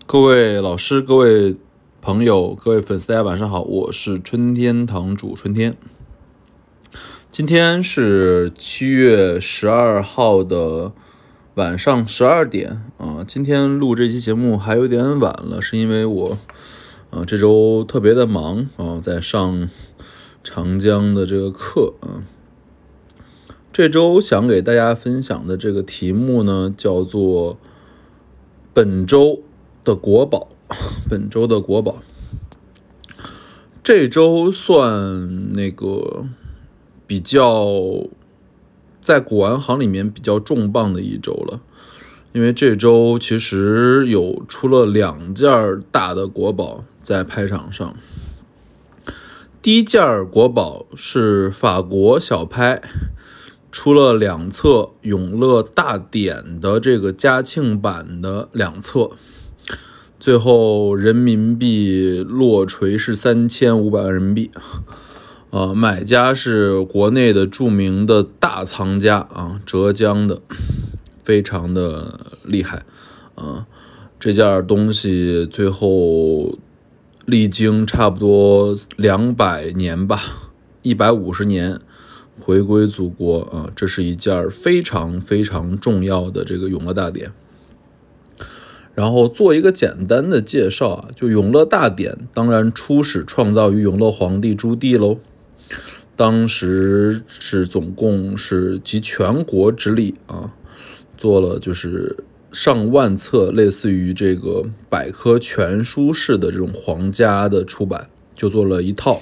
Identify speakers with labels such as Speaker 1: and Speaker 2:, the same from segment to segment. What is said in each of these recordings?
Speaker 1: 各位老师、各位朋友、各位粉丝，大家晚上好，我是春天堂主春天。今天是7月12号的晚上12点今天录这期节目还有点晚了，是因为我这周特别的忙在上长江的这个课这周想给大家分享的这个题目呢，叫做本周的国宝。本周的国宝，这周算那个比较在古玩行里面比较重磅的一周了，因为这周其实有出了2件大的国宝在拍场上。第一件国宝是法国小拍出了2册永乐大典的这个嘉庆版的2册，最后人民币落锤是3500万人民币买家是国内的著名的大藏家浙江的，非常的厉害这件东西最后历经差不多200年吧，150年回归祖国这是一件非常非常重要的这个永乐大典。然后做一个简单的介绍就永乐大典当然初始创造于永乐皇帝朱棣喽，当时是总共是集全国之力做了就是上万册类似于这个百科全书式的这种皇家的出版，就做了一套。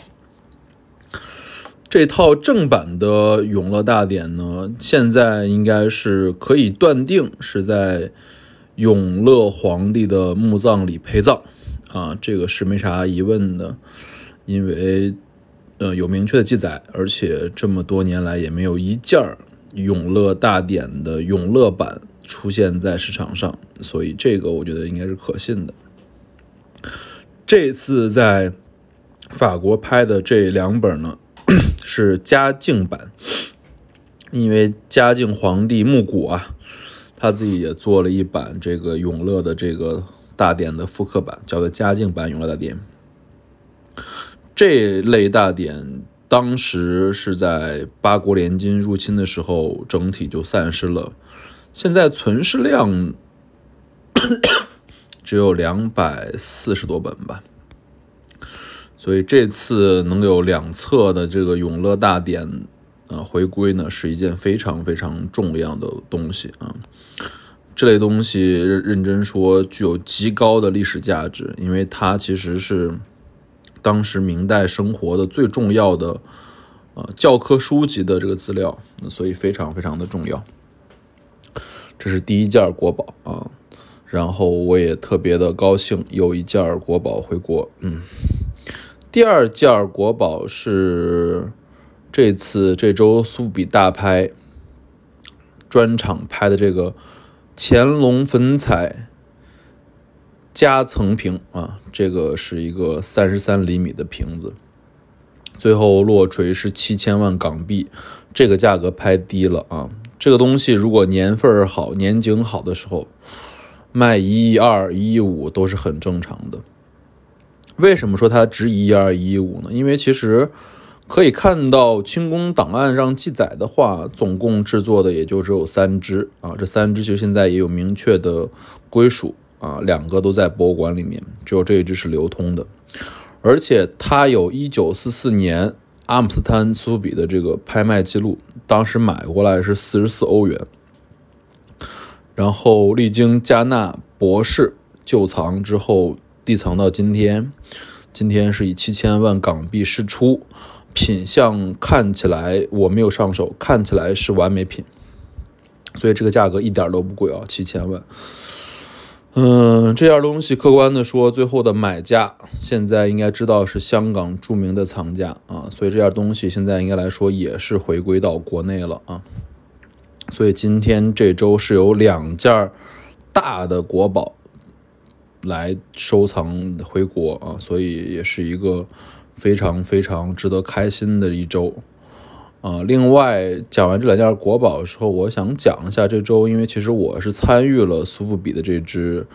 Speaker 1: 这套正版的永乐大典呢，现在应该是可以断定是在永乐皇帝的墓葬里陪葬这个是没啥疑问的，因为有明确的记载，而且这么多年来也没有一件永乐大典的永乐版出现在市场上，所以这个我觉得应该是可信的。这次在法国拍的这2本呢是嘉靖版，因为嘉靖皇帝墓骨他自己也做了一版这个永乐的这个大典的复刻版，叫做嘉靖版永乐大典。这类大典当时是在八国联军入侵的时候整体就散失了，现在存世量只有240多本吧，所以这次能有2册的这个永乐大典回归呢，是一件非常非常重要的东西这类东西认真说具有极高的历史价值，因为它其实是当时明代生活的最重要的教科书级的这个资料，所以非常非常的重要。这是第一件国宝然后我也特别的高兴有一件国宝回国第二件国宝是这周苏富比大拍专场拍的这个乾隆粉彩夹层瓶这个是一个33厘米的瓶子，最后落锤是7000万港币，这个价格拍低了这个东西如果年份好年景好的时候卖1亿2、1亿5都是很正常的。为什么说它值1亿2、1亿5呢？因为其实可以看到清宫档案上记载的话，总共制作的也就只有3只这3只其实现在也有明确的归属2个都在博物馆里面，只有这一只是流通的，而且它有1944年阿姆斯特丹苏富比的这个拍卖记录，当时买过来是44欧元，然后历经加纳博士旧藏之后递藏到今天是以7000万港币释出，品相看起来我没有上手，看起来是完美品，所以这个价格一点都不贵7000万。这样东西客观的说，最后的买家现在应该知道是香港著名的藏家所以这样东西现在应该来说也是回归到国内了所以今天这周是有2件大的国宝来收藏回国所以也是一个非常非常值得开心的一周另外讲完这2件国宝的时候，我想讲一下这周，因为其实我是参与了苏富比的这支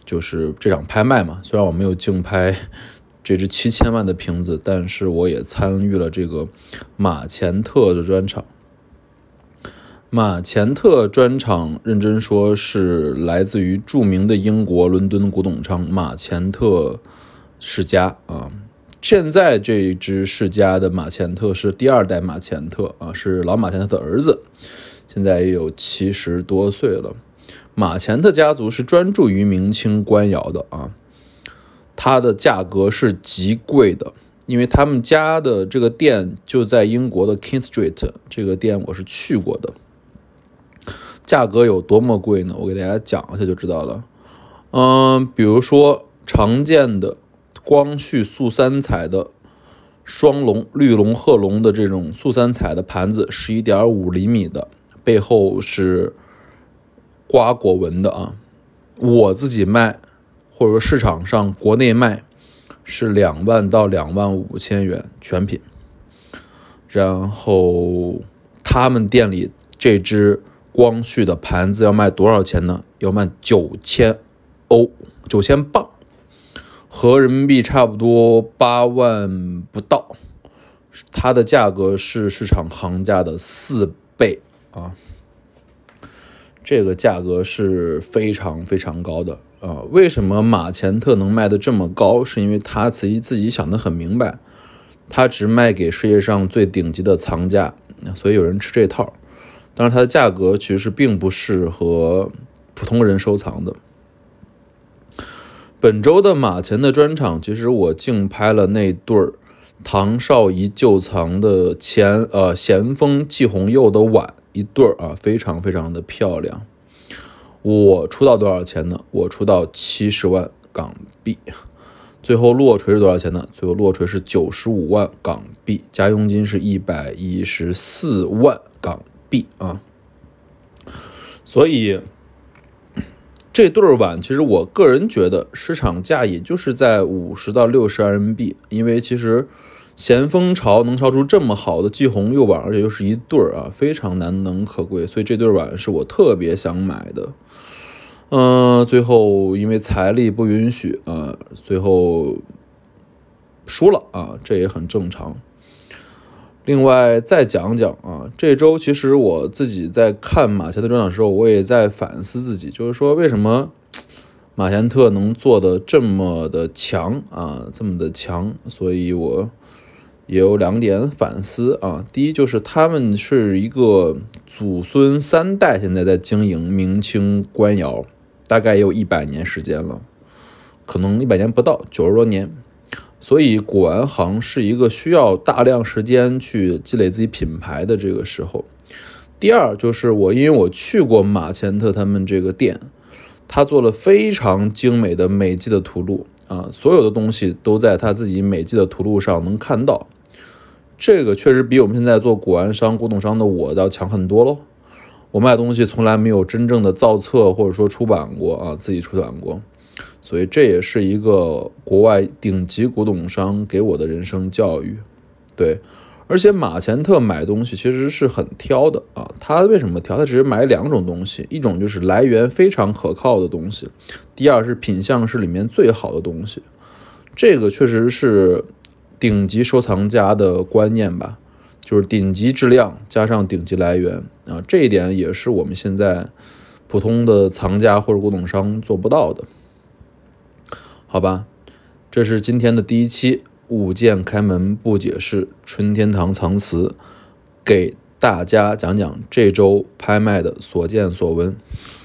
Speaker 1: 就是这场拍卖嘛，虽然我没有竞拍这支7000万的瓶子，但是我也参与了这个马钱特的专场。马钱特专场认真说是来自于著名的英国伦敦古董商马钱特世家啊。现在这一支世家的马钱特是第2代马钱特啊，是老马钱特的儿子，现在也有70多岁了。马钱特家族是专注于明清官窑的啊，它的价格是极贵的，因为他们家的这个店就在英国的 King Street， 这个店我是去过的。价格有多么贵呢？我给大家讲一下就知道了。比如说常见的光绪素三彩的双龙、绿龙、鹤龙的这种素三彩的盘子，11.5厘米的，背后是瓜果纹的啊。我自己卖，或者说市场上国内卖是2万到2万5千元全品。然后他们店里这只光绪的盘子要卖多少钱呢？要卖9000欧，9000镑，和人民币差不多8万不到，它的价格是市场行价的4倍啊，这个价格是非常非常高的啊。为什么马钱特能卖得这么高？是因为他自己想得很明白，他只卖给世界上最顶级的藏家，所以有人吃这套。当然它的价格其实并不适合普通人收藏的。本周的马钱的专场，其实我竞拍了那对唐绍仪旧藏的咸丰季红釉的碗一对啊，非常非常的漂亮。我出到多少钱呢？我出到70万港币。最后落锤是多少钱呢？最后落锤是95万港币，加佣金是114万港币啊。所以这对碗其实我个人觉得市场价也就是在50到60人民币，因为其实咸丰朝能烧出这么好的季红釉碗，而且又是一对啊，非常难能可贵，所以这对碗是我特别想买的。最后因为财力不允许啊，最后输了啊，这也很正常。另外再讲讲啊，这周其实我自己在看马钱特专场的时候，我也在反思自己，就是说为什么马钱特能做的这么的强啊，这么的强，所以我也有2点反思啊。第一就是他们是一个祖孙3代现在在经营明清官窑，大概也有100年时间了，可能100年不到，90多年。所以古玩行是一个需要大量时间去积累自己品牌的这个时候。第二就是因为我去过马钱特他们这个店，他做了非常精美的美记的图录啊，所有的东西都在他自己美记的图录上能看到。这个确实比我们现在做古玩商、古董商的我要强很多咯。我卖东西从来没有真正的造册或者说出版过啊，自己出版过。所以这也是一个国外顶级古董商给我的人生教育。对，而且马钱特买东西其实是很挑的啊。他为什么挑？他只是买2种东西，一种就是来源非常可靠的东西，第二是品相是里面最好的东西。这个确实是顶级收藏家的观念吧，就是顶级质量加上顶级来源啊，这一点也是我们现在普通的藏家或者古董商做不到的。好吧，这是今天的第1期物件开门不解释，春天堂藏词，给大家讲讲这周拍卖的所见所闻。